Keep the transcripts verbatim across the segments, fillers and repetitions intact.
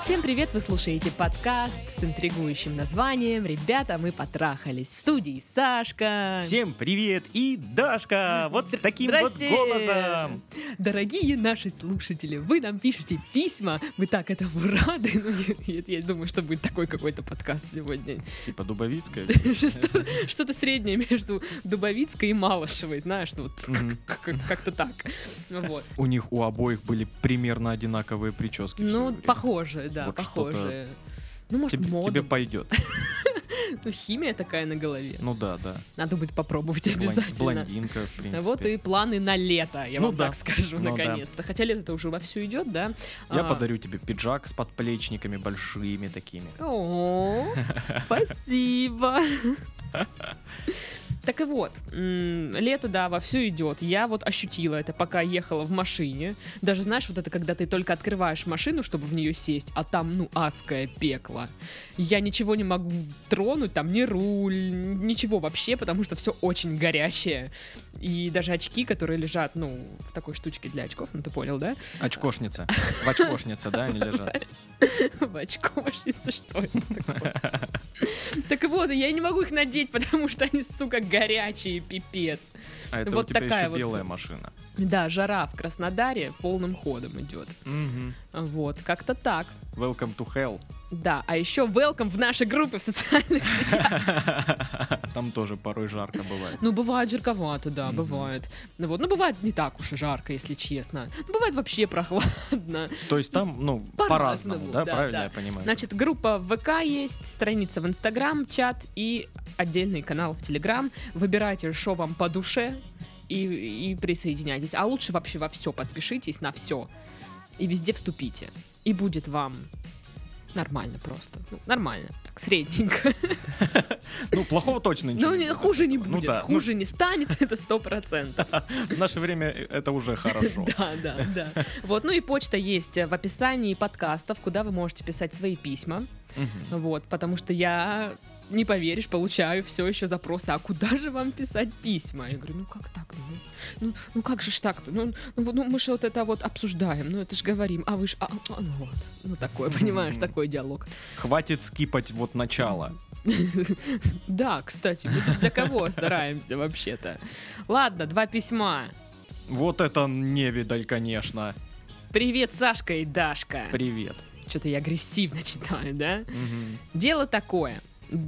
Всем привет! Вы слушаете подкаст с интригующим названием «Ребята, мы потрахались». В студии Сашка. Всем привет и Дашка! Вот с таким Здрасте. вот голосом! Дорогие наши слушатели, вы нам пишете письма, мы так этому рады. Ну, я, я думаю, что будет такой какой-то подкаст сегодня. Типа Дубовицкая? Что- Что-то среднее между Дубовицкой и Малышевой, знаешь, ну, вот Мгм. как- как- как-то так. Вот. У них у обоих были примерно одинаковые прически. всё Ну, время. похожие, да, Вот похожие. Ну, может, Тебе, мода. тебе пойдет. Ну, химия такая на голове. Ну да, да. Надо будет попробовать Блон- обязательно. Блондинка, в принципе. Вот и планы на лето, я Ну вам да. так скажу, Ну наконец-то. Хотя лето-то уже вовсю идет, да? Я А, подарю тебе пиджак с подплечниками большими такими. О, спасибо. Так и вот, м, лето, да, вовсю идет. Я вот ощутила это, пока ехала в машине. Даже, знаешь, вот это, когда ты только открываешь машину, чтобы в нее сесть, а там, ну, адское пекло. Я ничего не могу тронуть, там, ни руль, ничего вообще, потому что все очень горящее. И даже очки, которые лежат, ну, в такой штучке для очков, ну, ты понял, да? Очкошница. В очкошнице, да, они лежат. В очкошнице, что это такое? Так вот, я не могу их надеть, потому что они, сука, горячие, пипец. А это Вот у тебя такая еще вот- белая машина. Да, жара в Краснодаре полным ходом идет. Мгм. Вот, как-то так. Welcome to hell. Да, а еще welcome в наши группы в социальных сетях. Там тоже порой жарко бывает. Ну, бывает жарковато, да, Мгм. бывает. Ну вот, ну бывает не так уж и жарко, если честно. Ну, бывает вообще прохладно. То есть там, ну, По-разному, по-разному, да, да, правильно да. я понимаю? Значит, группа в ВК есть, страница в Инстаграм, чат и отдельный канал в Телеграм. Выбирайте, что вам по душе, и, и присоединяйтесь. А лучше вообще во все подпишитесь, на все. И везде вступите. И будет вам нормально просто. Ну, нормально, так, средненько. Ну, плохого точно ничего. Ну, не не- будет. хуже не Ну будет, да, ну, хуже не станет, это сто процентов. в наше время это уже хорошо. Да, да, да. Вот, ну и почта есть в описании подкастов, куда вы можете писать свои письма. Мгм. Вот, потому что я, не поверишь, получаю все еще запросы, а куда же вам писать письма? Я говорю, ну как так? Ну, ну, ну как же ж так-то? Ну, ну, вот, ну, мы же вот это вот обсуждаем, ну это ж говорим, а вы ж... А, а, ну вот, ну такое, понимаешь, такой диалог. Хватит скипать вот начало. Да, кстати, мы тут для кого стараемся вообще-то? Ладно, два письма. Вот это невидаль, конечно. Привет, Сашка и Дашка. Привет. Что-то я агрессивно читаю, да? Мгм. Дело такое.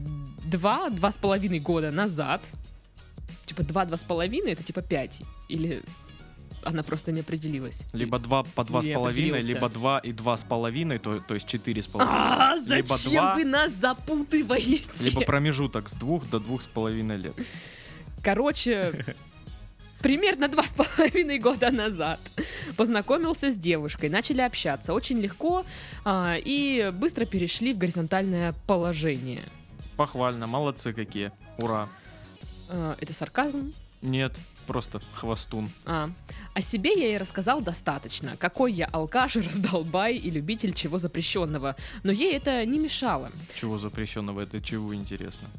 Два, два с половиной года назад, типа два, два с половиной, это типа пять. Или она просто не определилась. Либо два по два с Не половиной, определился. либо два и два с половиной, то, то есть четыре с половиной. А, Либо зачем два, вы нас запутываете? либо промежуток с двух до двух с половиной лет. Короче, примерно два с половиной года назад познакомился с девушкой, начали общаться очень легко а, и быстро перешли в горизонтальное положение. Похвально, молодцы какие. Ура. А, это сарказм? Нет, просто хвостун. А. О себе я ей рассказал достаточно. Какой я алкаш, раздолбай и любитель чего запрещенного. Но ей это не мешало. Чего запрещенного? Это чего интересно?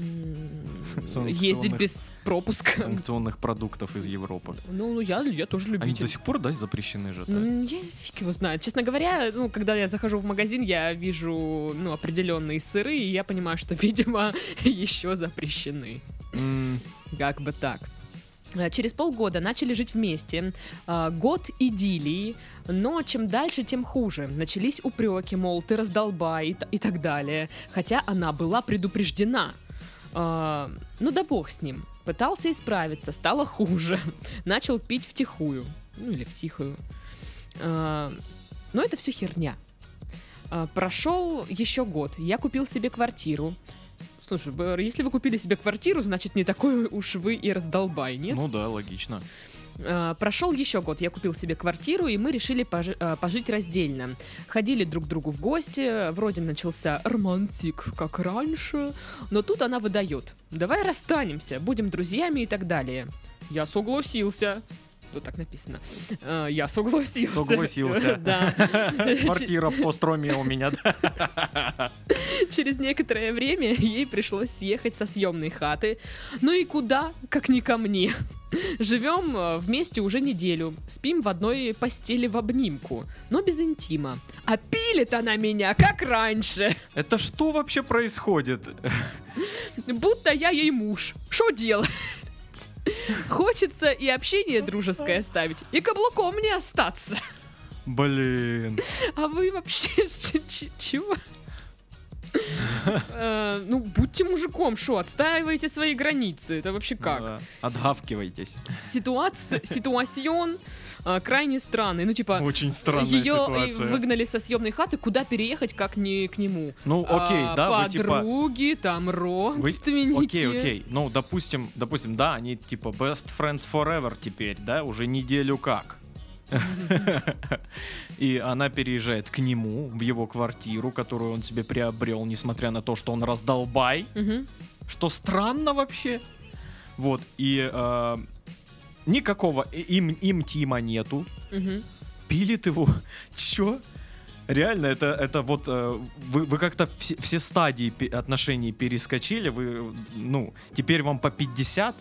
М, Санкционных- Ездить без пропуска. Санкционных продуктов из Европы. Ну, ну, я, я тоже Они любитель. до сих пор, да, запрещены же? да? Ну, я фиг его знает. Честно говоря, ну, когда я захожу в магазин, я вижу, ну, определенные сыры, и я понимаю, что, видимо, еще запрещены. М, Как бы так. Э, Через полгода начали жить вместе. А, Год идиллии, но чем дальше, тем хуже. Начались упреки, мол, ты раздолбай и, т- и так далее. Хотя она была предупреждена. А, Ну да бог с ним. Пытался исправиться, стало хуже. Начал пить втихую. Ну или втихую. А, Но это все херня. А, Прошел еще год. Я купил себе квартиру. Слушай, Б- если вы купили себе квартиру, значит не такой уж вы и раздолбай, нет? Ну да, логично. А, Прошел еще год, я купил себе квартиру, и мы решили пожи- а, пожить раздельно. Ходили друг к другу в гости, вроде начался романтик, как раньше, но тут она выдает: давай расстанемся, будем друзьями и так далее. Я согласился. Тут так написано. А, Я согласился. Согласился. Да. Квартира в Костроме у меня, да. Через некоторое время ей пришлось съехать со съемной хаты. Ну и куда, как не ко мне. Живем э, вместе уже неделю, спим в одной постели в обнимку, но без интима. А пилит она меня, как раньше. Это что вообще происходит? Будто я ей муж. Что делать? Хочется и общение дружеское оставить, и каблуком не остаться. Блин. А вы вообще ч- ч- чего? Э, Ну, будьте мужиком, шо, отстаивайте свои границы. Это вообще Ну как? да. Отгавкивайтесь. Ситуация, ситуацион э, крайне странный. Ну, типа, Очень странная ее ситуация. выгнали со съемной хаты, куда переехать, как не к нему. Ну, окей, А, да, вы типа... Подруги, там Вы- родственники. Окей, окей. Ну, допустим, допустим, да, они типа best friends forever теперь, да, уже неделю как. И она переезжает к нему в его квартиру, которую он себе приобрел, несмотря на то, что он раздолбай. Мгм. Что странно вообще. Вот, и э, никакого им, им Тима нету. Мгм. Пилит его. Чё? Реально, это, это вот э, вы, вы как-то все, все стадии пе- отношений перескочили, вы, ну, теперь вам по пятьдесят,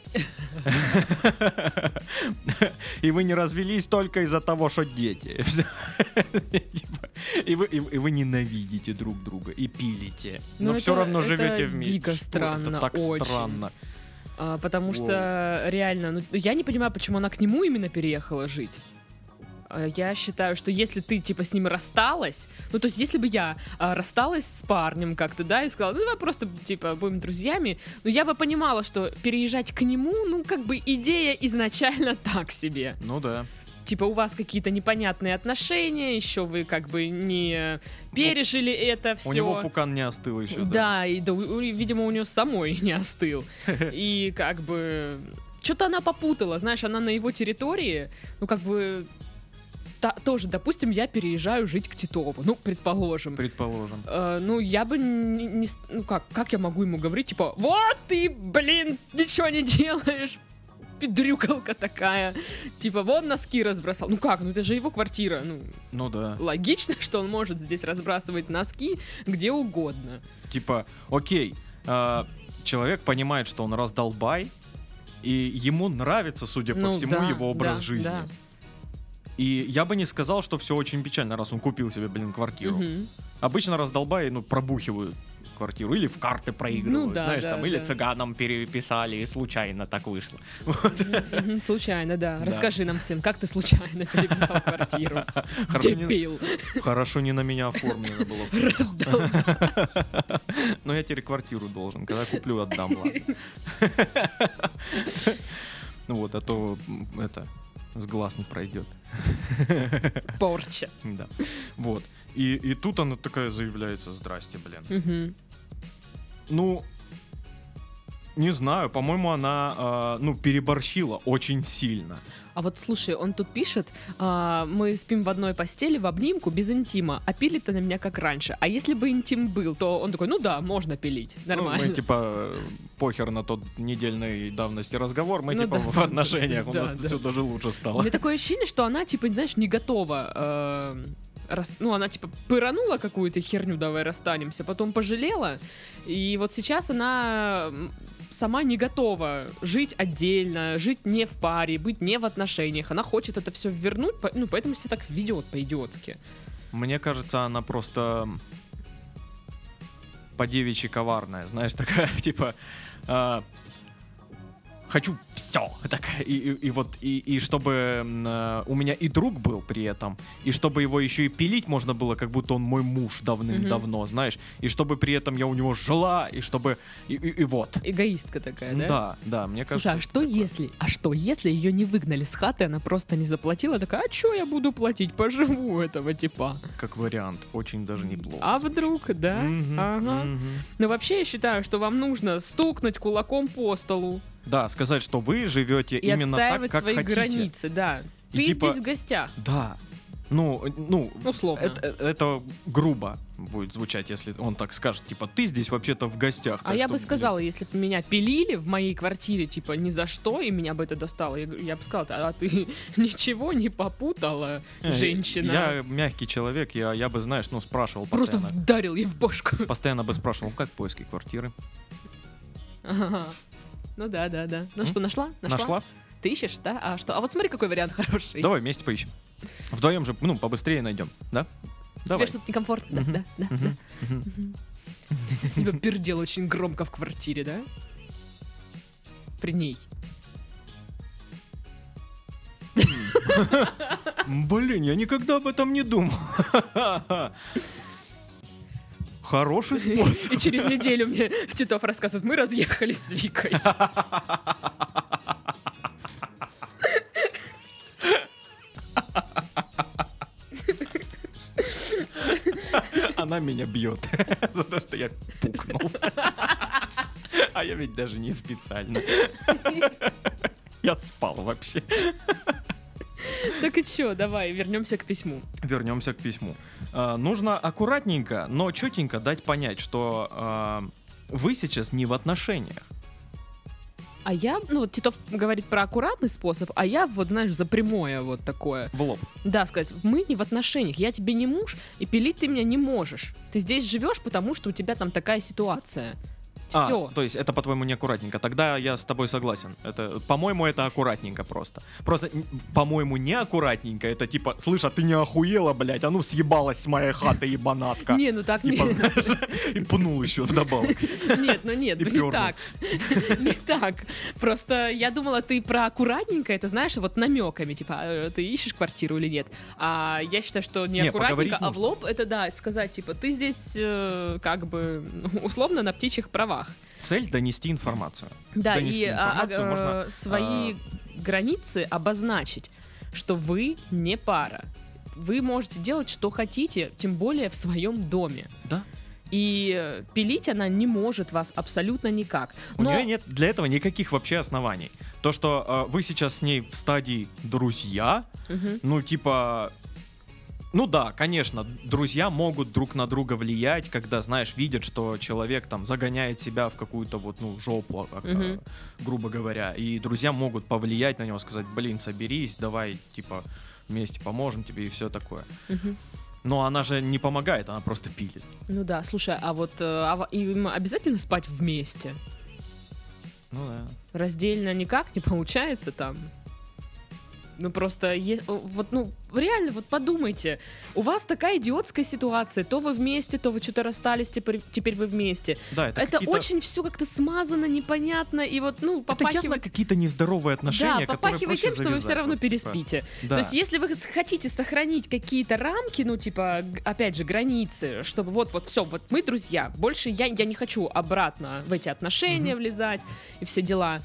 и вы не развелись только из-за того, что дети. Типа, И вы, и, и вы ненавидите друг друга и пилите, Ну, но все это- равно это живете вместе. дико Что странно, это так очень. странно. А, потому Воу. что реально, ну, я не понимаю, почему она к нему именно переехала жить. А, Я считаю, что если ты, типа, с ним рассталась, ну, то есть, если бы я а, рассталась с парнем как-то, да, и сказала, ну, давай просто, типа, будем друзьями, ну, я бы понимала, что переезжать к нему, ну, как бы, идея изначально так себе. Ну да. Типа, у вас какие-то непонятные отношения, еще вы, как бы, не пережили это все. У него пукан не остыл еще. Да, и, да, у- у- видимо, у нее самой не остыл. И как бы... Что-то она попутала, знаешь, она на его территории, ну, как бы... та- тоже, допустим, я переезжаю жить к Титову, ну, предположим. Предположим. Э, ну, я бы не... не с- ну, как, как я могу ему говорить, типа, вот ты, блин, ничего не делаешь, пидрюкалка такая. Типа, вон носки разбросал. Ну как, ну это же его квартира, ну... Ну да. Логично, что он может здесь разбрасывать носки где угодно. Типа, окей, а, человек понимает, что он раздолбай, и ему нравится, судя по Ну, всему, да, его образ да, жизни. да. И я бы не сказал, что все очень печально, раз он купил себе, блин, квартиру. Мгм. Обычно раздолбаи, ну, пробухивают квартиру или в карты проигрывают, Ну да, знаешь, да, там, или да. цыганам переписали, и случайно так вышло. Мгм, случайно, да. Да. Расскажи нам всем, как ты случайно переписал квартиру. Хорошо не, Дебил. хорошо не на меня оформлено было. Раздолбай. Но я теперь квартиру должен, когда куплю, отдам, ладно. Ну вот, а то м, это с глаз не пройдет. Порча. Да. Вот. И, и тут она такая заявляется: здрасте, блин. Мгм. Ну, не знаю, по-моему, она, а, ну, переборщила очень сильно. А вот слушай, он тут пишет, а, мы спим в одной постели в обнимку без интима, а пилит она меня как раньше. А если бы интим был, то он такой, ну да, можно пилить, нормально. Ну, мы, типа, похер на тот недельной давности разговор, мы, Ну типа, да, в да, отношениях, у да, нас да. все даже лучше У стало. меня такое ощущение, что она, типа, знаешь, не готова. э, рас- Ну, она, типа, пыранула какую-то херню, давай расстанемся, потом пожалела. И вот сейчас она м, сама не готова жить отдельно, жить не в паре, быть не в отношениях. Она хочет это все вернуть, по- ну, поэтому себя так ведет по-идиотски. Мне кажется, она просто по-девичьи коварная, знаешь, такая, типа, а, хочу все, такая, и, и- и вот, и, и чтобы м, а, у меня и друг был при этом, и чтобы его еще и пилить можно было, как будто он мой муж давным-давно, знаешь, и чтобы при этом я у него жила, и чтобы, и, и- и вот. Эгоистка такая, да? Да, да, мне кажется. Слушай, а что такое. если, а что если ее не выгнали с хаты, она просто не заплатила, такая, а что я буду платить, поживу у этого типа. Как вариант, очень даже неплохо. А вдруг, да? Мгм, Ага. мгм. Но вообще я считаю, что вам нужно стукнуть кулаком по столу Да, сказать, что вы живете и именно так, отстаивать как свои хотите. границы, да. И Ты типа- здесь в гостях, Да. Ну, э, ну, условно. это, э, это грубо будет звучать, если он так скажет. Типа, ты здесь вообще-то в гостях. А так я что, бы сказала, если бы меня пилили в моей квартире, типа, ни за что, и меня бы это достало, я, г- я бы сказала, а ты ничего не попутала, блин, э, женщина? Я мягкий человек, я, я бы, знаешь, ну, спрашивал Просто постоянно. вдарил ей в бошку. Постоянно бы спрашивал, как поиски квартиры. Ага. Ну да, да, да. Ну М? что, нашла? Нашла? Ты ищешь, да? А что? А вот смотри, какой вариант хороший. Давай вместе поищем. Вдвоем же, ну, побыстрее найдем, да? Тебе Давай. что-то некомфортно, Мгм. да, да, да, Мгм. да. Мгм. Либо пердел очень громко в квартире, да? При ней. Блин, я никогда об этом не думал. Хороший способ. И через неделю мне Титов рассказывает, мы разъехались с Викой. Она меня бьет за то, что я пукнул. А я ведь даже не специально. Я спал вообще. Так и чё, давай, вернемся к письму. Вернемся к письму. А, нужно аккуратненько, но четенько дать понять, что а, вы сейчас не в отношениях. А я, ну вот Титов говорит про аккуратный способ, а я вот, знаешь, за прямое вот такое. В лоб. Да, сказать, мы не в отношениях, я тебе не муж, и пилить ты меня не можешь. Ты здесь живешь, потому что у тебя там такая ситуация. А, Все. то есть это, по-твоему, не аккуратненько. Тогда я с тобой согласен. Это, по-моему, это аккуратненько просто. Просто, н- по-моему, не аккуратненько. Это типа, слышь, а ты не охуела, блядь? А ну съебалась с моей хаты, ебанатка. Не, ну так Типа, не. знаешь, и пнул еще вдобавок. Нет, ну нет, И не пёрнул. так. Не так. Просто я думала, ты про аккуратненько, это знаешь, вот намеками, типа, э, ты ищешь квартиру или нет. А я считаю, что не Не, аккуратненько, поговорить а в нужно. лоб, это да, сказать, типа, ты здесь э, как бы условно на птичьих правах. Цель — донести информацию. Да, Донести и а, а, информацию э, можно, свои границы обозначить, что вы не пара. Вы можете делать, что хотите, тем более в своем доме. Да. И э, пилить она не может вас абсолютно никак. У Но нее нет для этого никаких вообще оснований. То, что э, вы сейчас с ней в стадии друзья, Мгм. ну, типа... Ну да, конечно, друзья могут друг на друга влиять, когда, знаешь, видят, что человек там загоняет себя в какую-то вот, ну, жопу, а- а, Мгм. грубо говоря. И друзья могут повлиять на него, сказать, блин, соберись, давай, типа, вместе поможем тебе и все такое. Мгм. Но она же не помогает, она просто пилит. Ну да, слушай, а вот э, а во- им обязательно спать вместе? Ну да. Раздельно никак не получается там? Ну просто, е- о, вот, ну, реально, вот подумайте, у вас такая идиотская ситуация, то вы вместе, то вы что-то расстались, теперь, теперь вы вместе. Да, это, Это какие-то- очень все как-то смазано, непонятно, и вот, ну, Это явно попахивает... какие-то нездоровые отношения, Да, которые попахивает проще тем, что вы все завязать, равно вот, типа. переспите. Да. То есть, если вы с- хотите сохранить какие-то рамки, ну, типа, г- опять же, границы, чтобы вот-вот все, вот мы друзья, больше я, я не хочу обратно в эти отношения влезать и все дела.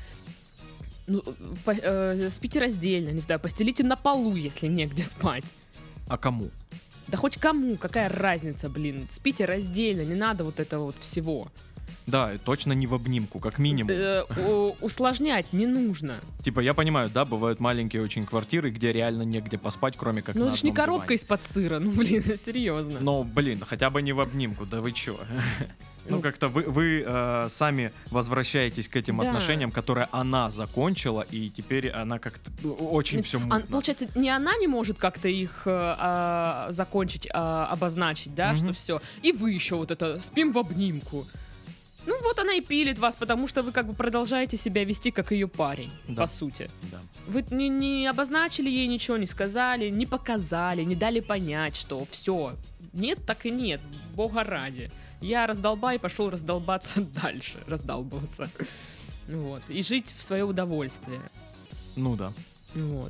Ну, по- э, спите раздельно, не знаю, постелите на полу, если негде спать. А кому? Да хоть кому, какая разница, блин. Спите раздельно, не надо вот этого вот всего. Да, и точно не в обнимку, как минимум. Э, у- усложнять не нужно. Типа, я понимаю, да, бывают маленькие очень квартиры, где реально негде поспать, кроме как Ну, на это ж не одном коробка диване. из-под сыра, ну, блин, серьезно. Но, блин, хотя бы не в обнимку, да вы чё? Ну, Ну. как-то вы, вы э, сами возвращаетесь к этим Да. отношениям, которые она закончила, и теперь она как-то ну, очень все А, мутно. получается, не она не может как-то их э, а, закончить, а, обозначить, да, Мгм. что все. И вы еще вот это спим в обнимку. Ну вот она и пилит вас, потому что вы как бы продолжаете себя вести как ее парень, Да. по сути. Да. Вы не, не обозначили ей ничего, не сказали, не показали, не дали понять, что все. Нет, так и нет, бога ради. Я раздолбай, пошел раздолбаться дальше, раздолбываться. Вот. И жить в свое удовольствие. Ну да. Вот.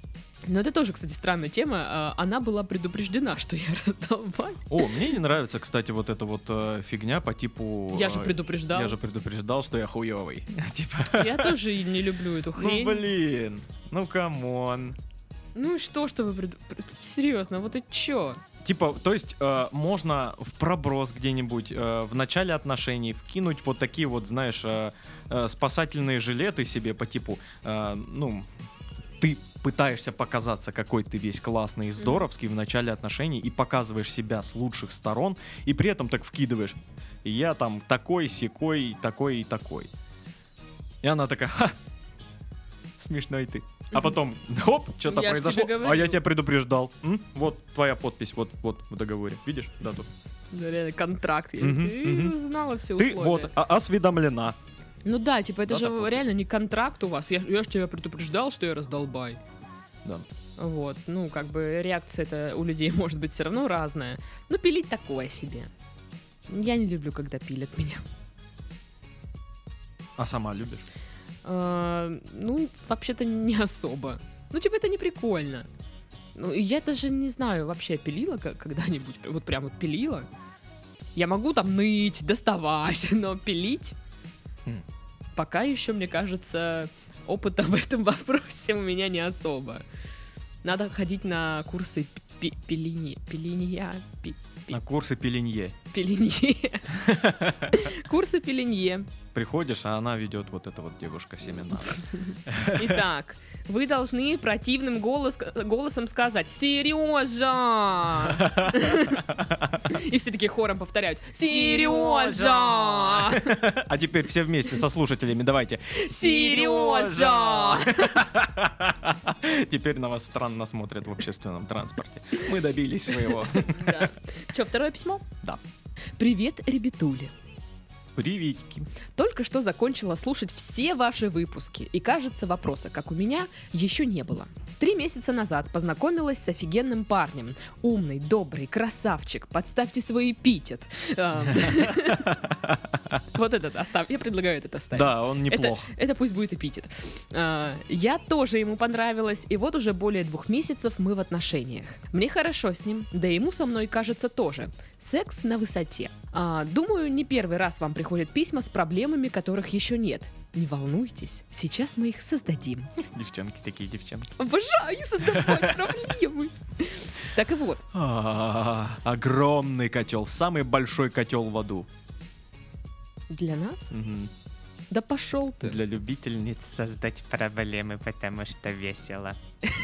Но это тоже, кстати, странная тема. А, Она была предупреждена, что я раздолбай. О, мне не нравится, кстати, вот эта вот э, фигня по типу... Я же э, предупреждал. Я же предупреждал, что я хуёвый. Типа... Я тоже и не люблю эту Ну, хрень. блин. Ну, камон. Ну и что, что вы... преду- пр- Серьезно, вот и чё? Типа, то есть э, можно в проброс где-нибудь э, в начале отношений вкинуть вот такие вот, знаешь, э, э, спасательные жилеты себе по типу, э, ну, ты пытаешься показаться, какой ты весь классный и здоровский в начале отношений и показываешь себя с лучших сторон, и при этом так вкидываешь, я там такой, сякой, такой и такой. И она такая, ха, смешной ты. А потом, хоп, что-то Я ж произошло, тебе а я говорил. тебя предупреждал. М? Вот твоя подпись, вот, вот в договоре. Видишь дату? Да, реально, контракт. Я- Мгм, Ты мгм. знала все Ты условия. вот а- осведомлена. Ну да, типа это Да, же такой реально не контракт у вас. Я, я ж тебя предупреждал, что я раздолбай. Да. Вот, ну как бы реакция-то у людей может быть все равно разная. Но пилить такое себе. Я не люблю, когда пилят меня. А сама любишь? А, ну, вообще-то не особо. Ну, типа, это не прикольно. Ну, я даже не знаю, вообще пилила к- когда-нибудь. Вот прям вот пилила. Я могу там ныть, доставать, но пилить Хм. пока еще, мне кажется, опыта в этом вопросе у меня не особо. Надо ходить на курсы пи- пилини, пилинья, пи- На курсы пеленье. пилинье. Курсы пилинье. Приходишь, а она ведет вот эта вот девушка семинар. Итак, вы должны противным голос, голосом сказать «Сережа!» И все такие хором повторяют «Сережа! А теперь все вместе со слушателями давайте. Сережа!» Теперь на вас странно смотрят в общественном транспорте. Мы добились своего. Да. Че, второе письмо? Да. Привет, ребятули. Приветики. Только что закончила слушать все ваши выпуски, и кажется, вопроса, как у меня, еще не было. Три месяца назад познакомилась с офигенным парнем. Умный, добрый, красавчик. Подставьте свой эпитет. Ам. Вот этот оставь. Я предлагаю этот оставить. Да, он Это, неплох. это пусть будет эпитет. А, Я тоже ему понравилась, и вот уже более двух месяцев мы в отношениях. Мне хорошо с ним, да и ему со мной, кажется, тоже. Секс на высоте. А, Думаю, не первый раз вам приходят письма с проблемами, которых еще нет. Не волнуйтесь, сейчас мы их создадим. Девчонки такие, девчонки. Обожаю создавать проблемы. Так и вот. А, Огромный котел, самый большой котел в аду. Для нас? Мгм. Да пошел ты. Для любительниц создать проблемы, потому что весело.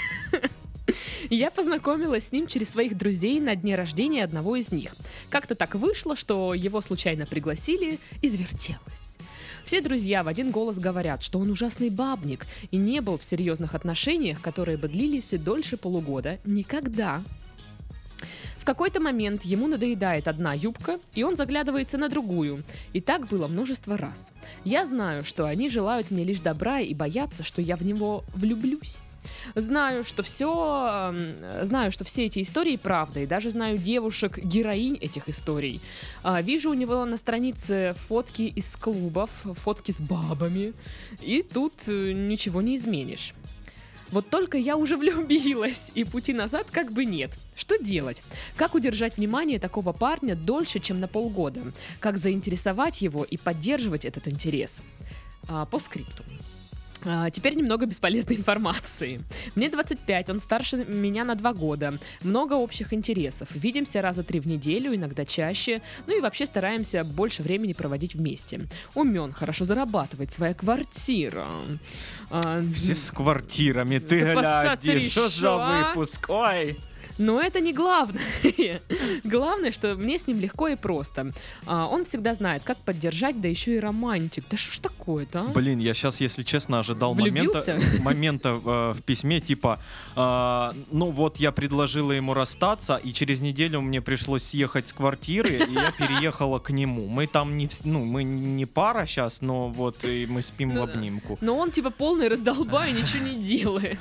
Я познакомилась с ним через своих друзей на дне рождения одного из них. Как-то так вышло, что его случайно пригласили, и завертелось. Все друзья в один голос говорят, что он ужасный бабник и не был в серьезных отношениях, которые бы длились и дольше полугода, никогда. В какой-то момент ему надоедает одна юбка, и он заглядывается на другую. И так было множество раз. Я знаю, что они желают мне лишь добра и боятся, что я в него влюблюсь. Знаю, что все, знаю, что все эти истории правда, и даже знаю девушек, героинь этих историй. А, Вижу у него на странице фотки из клубов, фотки с бабами, и тут э, ничего не изменишь. Вот только я уже влюбилась, и пути назад как бы нет. Что делать? Как удержать внимание такого парня дольше, чем на полгода? Как заинтересовать его и поддерживать этот интерес? А, по скрипту. А, Теперь немного бесполезной информации. Мне двадцать пять, он старше меня на два года. Много общих интересов. Видимся раза три в неделю, иногда чаще. Ну и вообще стараемся больше времени проводить вместе. Умен, хорошо зарабатывает, своя квартира. А, Все с квартирами, ты Да посмотри, глядишь, что шо, за а? выпуск, ой. Но это не главное. Главное, что мне с ним легко и просто. А, Он всегда знает, как поддержать, да еще и романтик. Да что ж такое-то, а? Блин, я сейчас, если честно, ожидал Влюбился? момента, момента э, в письме, типа, э, ну вот я предложила ему расстаться, и через неделю мне пришлось съехать с квартиры, и я переехала к нему. Мы там не, вс- ну, мы не пара сейчас, но вот и мы спим в Ну, обнимку. Но он типа полный раздолбай, ничего не делает.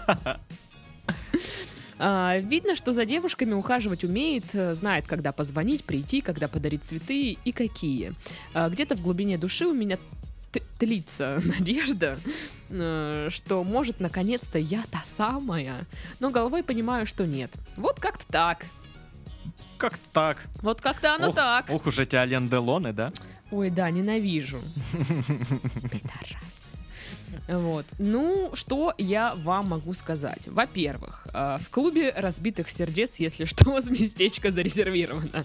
А, Видно, что за девушками ухаживать умеет, э, знает, когда позвонить, прийти, когда подарить цветы и какие. А, Где-то в глубине души у меня т- тлится надежда, э, что, может, наконец-то я та самая. Но головой понимаю, что нет. Вот как-то так. Как так? Вот как-то оно ох, так. ох уж эти Ален Делоне, да? Ой, да, ненавижу. Пидорасы. Вот. Ну, что я вам могу сказать? Во-первых, э, в клубе разбитых сердец, если что, местечко зарезервировано.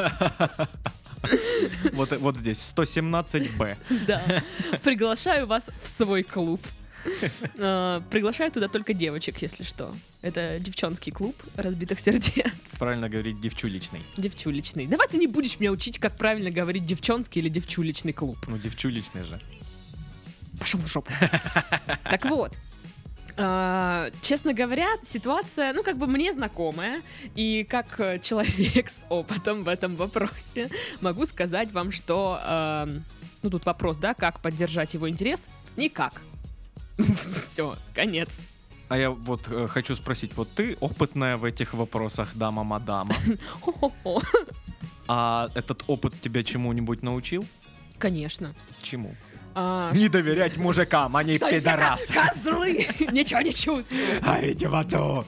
Вот, вот здесь, сто семнадцать бэ. Да. Приглашаю вас в свой клуб. Э, Приглашаю туда только девочек, если что. Это девчонский клуб разбитых сердец. Правильно говорить, девчуличный. Девчуличный. Давай ты не будешь меня учить, как правильно говорить девчонский или девчуличный клуб. Ну, девчуличный же. Пошел в жопу. Так вот, А, честно говоря, ситуация, ну, как бы мне знакомая, и как э, человек с опытом в этом вопросе могу сказать вам, что, э, ну, тут вопрос, да, как поддержать его интерес? Никак. Все, конец. А я вот э, хочу спросить, вот ты опытная в этих вопросах, дама-мадама, Хо-хо-хо. а этот опыт тебя чему-нибудь научил? Конечно. Чему? А, Не доверять мужикам, они что они все пидорасы. ко- козлы! Ничего не чувствую. Горите в аду.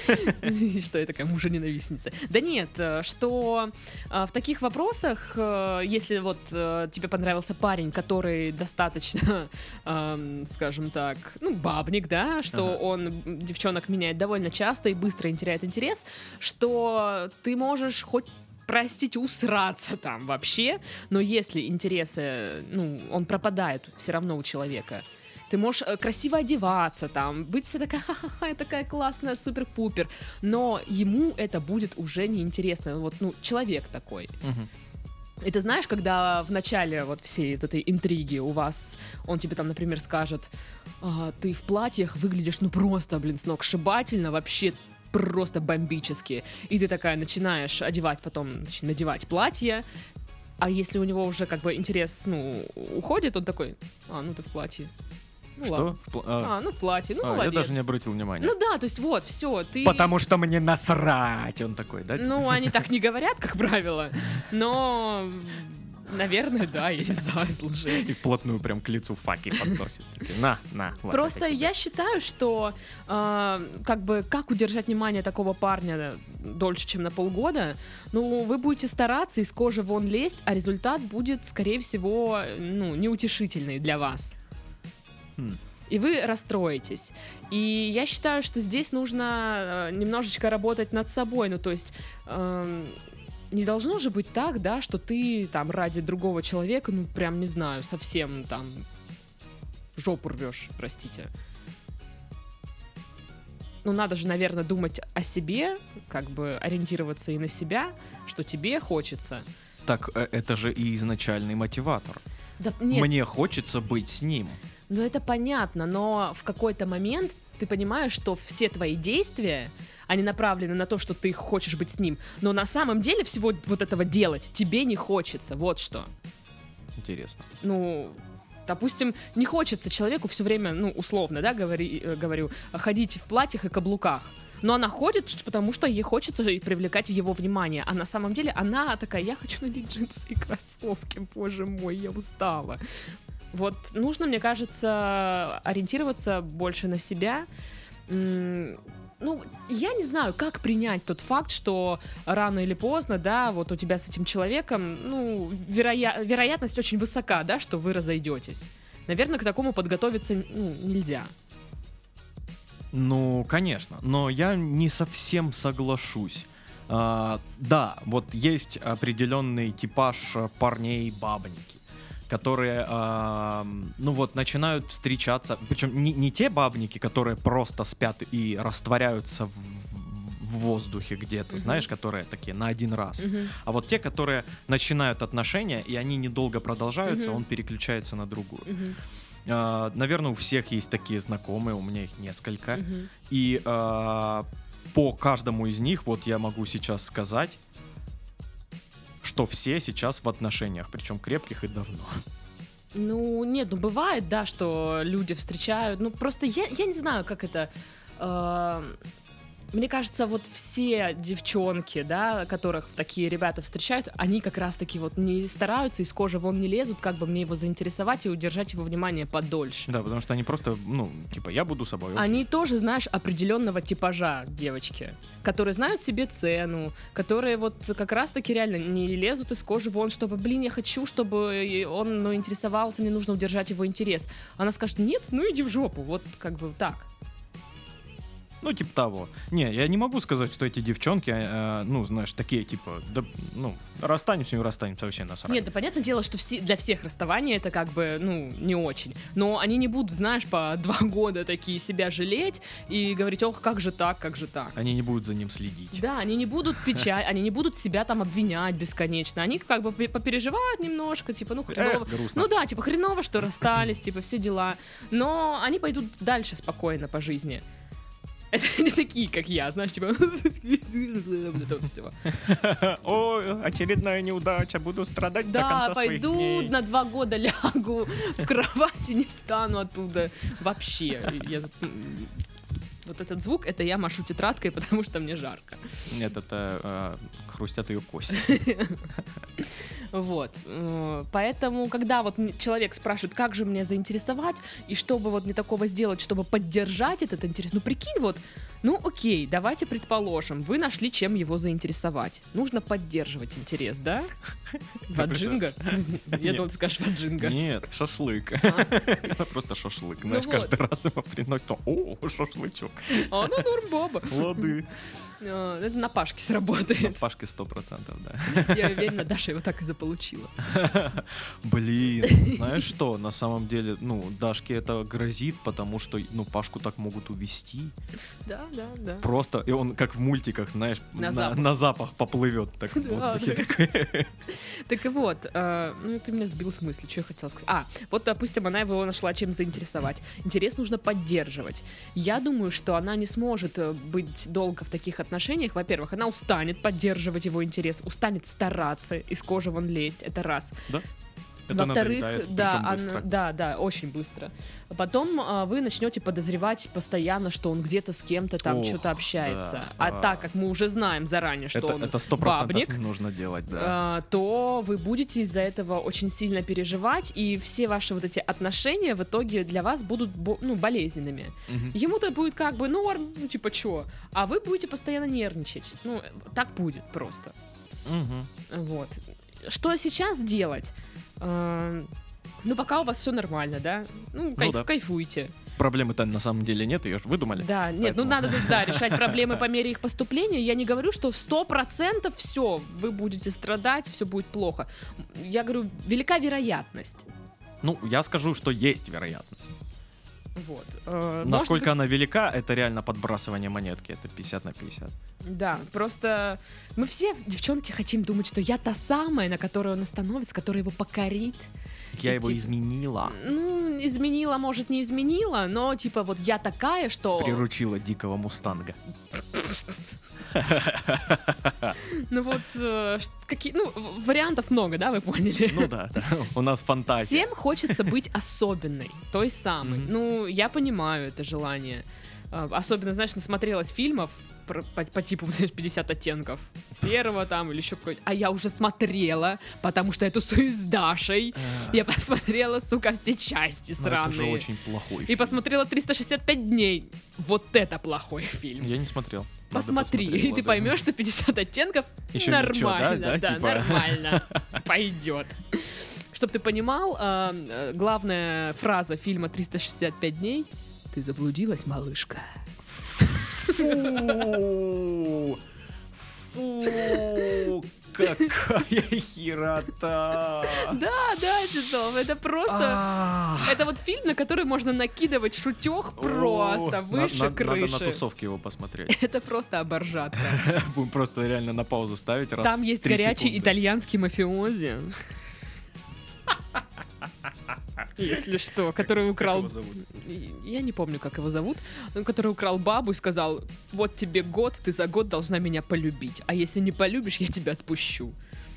Что я такая мужа-ненавистница? Да нет, э, что э, в таких вопросах, э, если вот э, тебе понравился парень, который достаточно, эм, скажем так, ну, бабник, да, что Ага. он девчонок меняет довольно часто и быстро им теряет интерес, что ты можешь хоть простите, усраться там вообще, но если интересы, ну, он пропадает все равно у человека. Ты можешь э, красиво одеваться, там, быть вся такая, ха-ха-ха, я такая классная, супер-пупер, но ему это будет уже неинтересно. Вот, ну, человек такой. Мгм. И ты знаешь, когда в начале вот всей вот этой интриги у вас, он тебе там, например, скажет, «А, ты в платьях выглядишь, ну, просто, блин, сногсшибательно, вообще просто бомбически. И ты такая начинаешь одевать, потом значит, надевать платье. А если у него уже как бы интерес, ну, уходит, он такой, а, ну ты в платье. Ну, Что? ладно. В пла- а, А, ну в платье, ну а, я молодец. даже не обратил внимания. Ну да, то есть вот, все, ты... Потому что мне насрать, он такой, да? Ну, они так не говорят, как правило, но, наверное, да, я не знаю, слушай. И вплотную прям к лицу факи подносит. Такой, на, на. ладно, Просто это тебе. я считаю, что э, как бы как удержать внимание такого парня дольше, чем на полгода, ну, вы будете стараться из кожи вон лезть, а результат будет, скорее всего, ну, неутешительный для вас. Хм. И вы расстроитесь. И я считаю, что здесь нужно э, немножечко работать над собой. Ну, то есть эм, не должно же быть так, да, что ты там ради другого человека, ну, прям, не знаю, совсем там жопу рвешь, простите. Ну, надо же, наверное, думать о себе, как бы ориентироваться и на себя, что тебе хочется. Так, э, это же и изначальный мотиватор. Да, нет, Мне хочется быть с ним. ну это понятно, но в какой-то момент ты понимаешь, что все твои действия, они направлены на то, что ты хочешь быть с ним, но на самом деле всего вот этого делать тебе не хочется, вот что. Интересно. Ну, допустим, не хочется человеку все время, ну, условно, да, говори, э, говорю, ходить в платьях и каблуках. Но она ходит, ш- потому что ей хочется и привлекать его внимание. А на самом деле она такая, я хочу надеть джинсы и кроссовки, боже мой, я устала. Вот нужно, мне кажется, ориентироваться больше на себя. М, Ну, я не знаю, как принять тот факт, что рано или поздно, да, вот у тебя с этим человеком, ну, вероя- вероятность очень высока, да, что вы разойдетесь. Наверное, к такому подготовиться, ну, нельзя. Ну, конечно, но я не совсем соглашусь. А, да, вот есть определенный типаж а, парней-бабники, которые, а, ну вот, начинают встречаться, причем не, не те бабники, которые просто спят и растворяются в, в воздухе где-то, Мгм. знаешь, которые такие на один раз, Мгм. а вот те, которые начинают отношения, и они недолго продолжаются, Мгм. он переключается на другую. Мгм. А, наверное, у всех есть такие знакомые, у меня их несколько. Мгм. И а, по каждому из них, вот я могу сейчас сказать, что все сейчас в отношениях, причем крепких и давно. Ну, нет, ну бывает, да, что люди встречают. Ну, просто я, я не знаю, как это. э, Мне кажется, вот все девчонки, да, которых такие ребята встречают, они как раз-таки вот не стараются, из кожи вон не лезут, как бы мне его заинтересовать и удержать его внимание подольше. Да, потому что они просто, ну, типа, я буду собой. окей. Они тоже, знаешь, определенного типажа девочки, которые знают себе цену, которые вот как раз-таки реально не лезут из кожи вон, чтобы, блин, я хочу, чтобы он, ну, интересовался, мне нужно удержать его интерес. Она скажет, нет, ну иди в жопу, вот как бы так. Ну, типа того. Не, я не могу сказать, что эти девчонки, э, ну, знаешь, такие, типа, да, ну, расстанемся и расстанемся, вообще насрать. Нет, да понятное дело, что все, для всех расставание это как бы, ну, не очень. Но они не будут, знаешь, по два года такие себя жалеть и говорить, ох, как же так, как же так. Они не будут за ним следить. Да, они не будут печаль, они не будут себя там обвинять бесконечно. Они как бы попереживают немножко, типа, ну, хреново. Эх, грустно. Ну да, типа, хреново, что расстались, типа, все дела. Но они пойдут дальше спокойно по жизни. Это не такие, как я, знаешь, типа, это вот все. Ой, очередная неудача, буду страдать до Да, конца своих пойду дней. на два года лягу в кровати, не встану оттуда вообще. Я тут, м, Вот этот звук, это я машу тетрадкой, потому что мне жарко. Нет, это э, хрустят ее кости. Вот. Э, Поэтому, когда вот м- человек спрашивает, как же мне заинтересовать, и чтобы вот мне такого сделать, чтобы поддержать этот интерес, ну прикинь, вот, ну окей, давайте предположим, вы нашли, чем его заинтересовать. Нужно поддерживать интерес, да? Ваджинга? Я думал, ты скажешь ваджинга. Нет, шашлык. Просто шашлык. Знаешь, вот. каждый раз его приносит. О, шашлычок. А, ну норм, баба. Лады. Э, Это на Пашке сработает. Пашки сто процентов, да. Я уверена, Даша его так и заполучила. Блин, знаешь что, на самом деле, ну, Дашке это грозит, потому что, ну, Пашку так могут увести. Да, да, да. Просто, и он как в мультиках, знаешь, На на, запах. на запах поплывет так в Да, воздухе. да. такой. Так и вот, э, ну ты меня сбил с мысли, что я хотела сказать. А, вот, допустим, она его нашла чем заинтересовать. Интерес нужно поддерживать. Я думаю, что она не сможет э, быть долго в таких отношениях. Во-первых, она устанет поддерживать его интерес, устанет стараться, из кожи вон лезть, это раз. Да? Это Во-вторых, надоедает, да, причем она- быстро. да, да, очень быстро. Потом а, вы начнете подозревать постоянно, что он где-то с кем-то там Ох, что-то общается. да. А А. так как мы уже знаем заранее, что Это он это сто бабник, процентов нужно делать, да. а, то вы будете из-за этого очень сильно переживать, и все ваши вот эти отношения в итоге для вас будут бо- ну, болезненными. Мгм. Ему-то будет как бы норм, ну типа чё, а вы будете постоянно нервничать. Ну, так будет просто. Мгм. Вот. Что сейчас делать? А, Ну, пока у вас все нормально, да? Ну, кайф- да. кайфуйте. Проблемы-то на самом деле нет, ее же выдумали. Да, нет, ну Поэтому- надо, да, решать проблемы по мере их поступления. Я не говорю, что сто процентов все, вы будете страдать, все будет плохо. Я говорю, велика вероятность. Ну, я скажу, что есть вероятность. Вот. Э, может Насколько быть, она велика, это реально подбрасывание монетки. Это пятьдесят на пятьдесят. Да, просто мы все, девчонки, хотим думать, что я та самая, на которую он остановится, которая его покорит. Я И его типа- изменила. Ну, изменила, может, не изменила, но типа вот я такая, что... Приручила дикого мустанга. Ну вот, э, ш- какие, ну, в- вариантов много, да, вы поняли? Ну да, да. У нас фантазия. Всем хочется быть особенной, той самой. Мгм. Ну, я понимаю это желание. А, Особенно, знаешь, насмотрелась фильмов про- по, по типу знаешь, пятьдесят оттенков серого там или еще какой-то. А я уже смотрела, потому что я тусуюсь с Дашей. Я посмотрела, сука, все части Ну, это же сраные. очень плохой И фильм. посмотрела триста шестьдесят пять дней. Вот это плохой фильм. Я не смотрел. Надо Посмотри, посмотреть, и ты ладно. поймешь, что пятьдесят оттенков Ещё нормально, ничего, да, да, да, типа? нормально, пойдет. Чтоб ты понимал, а, э, главная фраза фильма «триста шестьдесят пять дней» — ты заблудилась, малышка. Фу! Фу! Какая херота! Да, да, Титов, это просто... А. Это вот фильм, на который можно накидывать шутех просто О, выше на- на- Надо на крыши. тусовке его посмотреть. Это просто оборжатка. Будем просто реально на паузу ставить раз Там в есть три горячий секунды. итальянский мафиози. Если что, который Как украл... его зовут? Я не помню, как его зовут, но который украл бабу и сказал: вот тебе год, ты за год должна меня полюбить, а если не полюбишь, я тебя отпущу.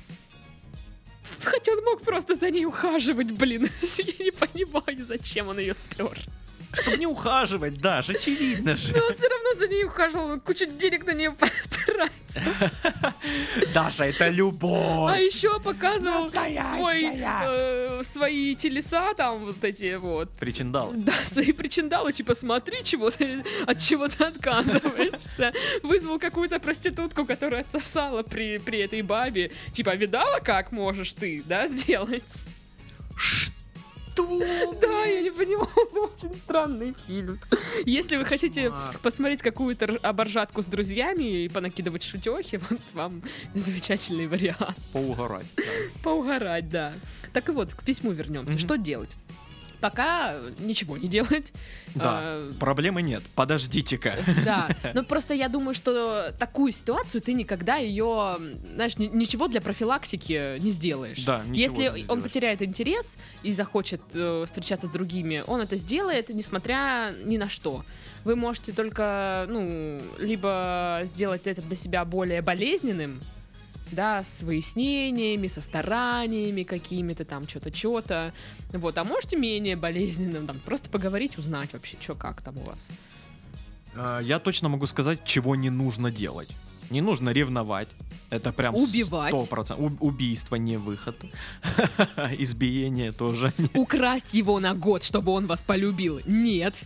Хотя он мог просто за ней ухаживать, блин. Я не понимаю, зачем он ее спер. Чтобы не ухаживать, Даш, очевидно же. Но он все равно за ней ухаживал, он кучу денег на нее потратил. Даша, это любовь. А еще показывал Настоящая. свой, э, свои телеса там вот эти вот. Причиндал. Да, свои причиндалы, типа, смотри, чего ты, от чего ты отказываешься. Вызвал какую-то проститутку, которая отсосала при, при этой бабе. Типа, видала, как можешь ты, да, сделать? Что? чего? Да, я не понимаю, это очень странный фильм. Если вы хотите посмотреть какую-то р- оборжатку с друзьями и понакидывать шутехи, вот вам замечательный вариант. Поугарать. Да. Поугарать, да. Так и вот, к письму вернемся. Мгм. Что делать? Пока ничего не делать. Да, А, проблемы нет. Подождите-ка. Да, но просто я думаю, что такую ситуацию ты никогда ее, знаешь, ни- ничего для профилактики не сделаешь. Да, ничего Если не он сделаешь. потеряет интерес и захочет э, встречаться с другими, он это сделает, несмотря ни на что. Вы можете только, ну, либо сделать это для себя более болезненным, да, с выяснениями, со стараниями какими-то там, что-то, что-то. Вот, а можете менее болезненным, там, просто поговорить, узнать вообще, что как там у вас. А, Я точно могу сказать, чего не нужно делать. Не нужно ревновать. Это прям Убивать. сто процентов. У- убийство не выход. Избиение тоже не. Украсть его на год, чтобы он вас полюбил. Нет.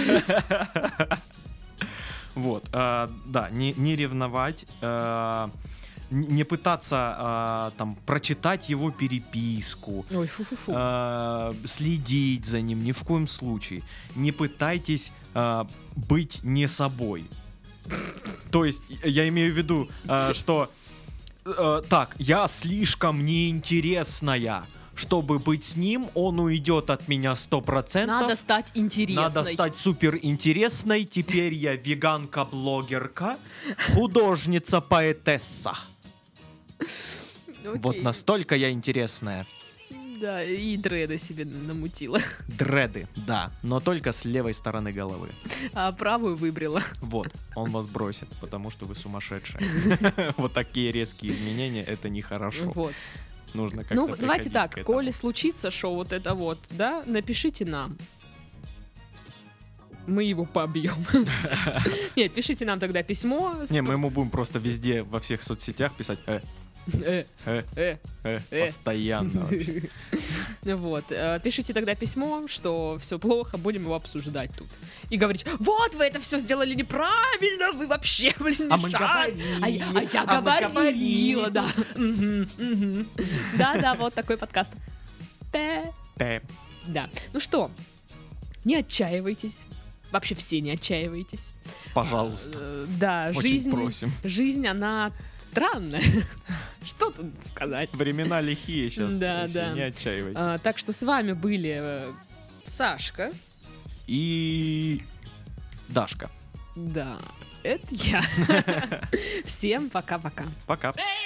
Вот, а, да, не, не ревновать, а, н- не пытаться а, там прочитать его переписку, Ой, фу-фу-фу. а, следить за ним ни в коем случае. Не пытайтесь а, быть не собой. То есть я имею в виду, а, что а, так, я слишком неинтересная. Чтобы быть с ним, он уйдет от меня сто процентов. Надо стать интересной. Надо стать супер интересной. Теперь я веганка-блогерка, художница, поэтесса. Окей. Вот настолько я интересная. Да, и дреды себе намутила. Дреды, да, но только с левой стороны головы. А правую выбрила. Вот, он вас бросит, потому что вы сумасшедшие. Вот такие резкие изменения, это нехорошо. Вот. Нужно как-то Ну, приходить давайте к так, этому. коли случится шоу вот это вот, да, напишите нам. Мы его побьем. Нет, пишите нам тогда письмо. Не, мы ему будем просто везде, во всех соцсетях писать э, Э, э, э. э, Э. постоянно вообще. Вот, э, пишите тогда письмо, что все плохо, будем его обсуждать тут. И говорить, вот вы это все сделали неправильно, вы вообще, блин, А мы мешаете». говорили, А я, а я а мы говорила, говорили да. Да-да, вот такой подкаст. Пэ. Э, Да. Ну что, не отчаивайтесь. Вообще все не отчаивайтесь. Пожалуйста. Э, Да, Очень жизнь, просим. жизнь, она странная. Что тут сказать? Времена лихие сейчас. Да, да. Не отчаивайтесь. А, так что с вами были э, Сашка. И Дашка. Да, это я. Всем пока-пока. Пока. Baby,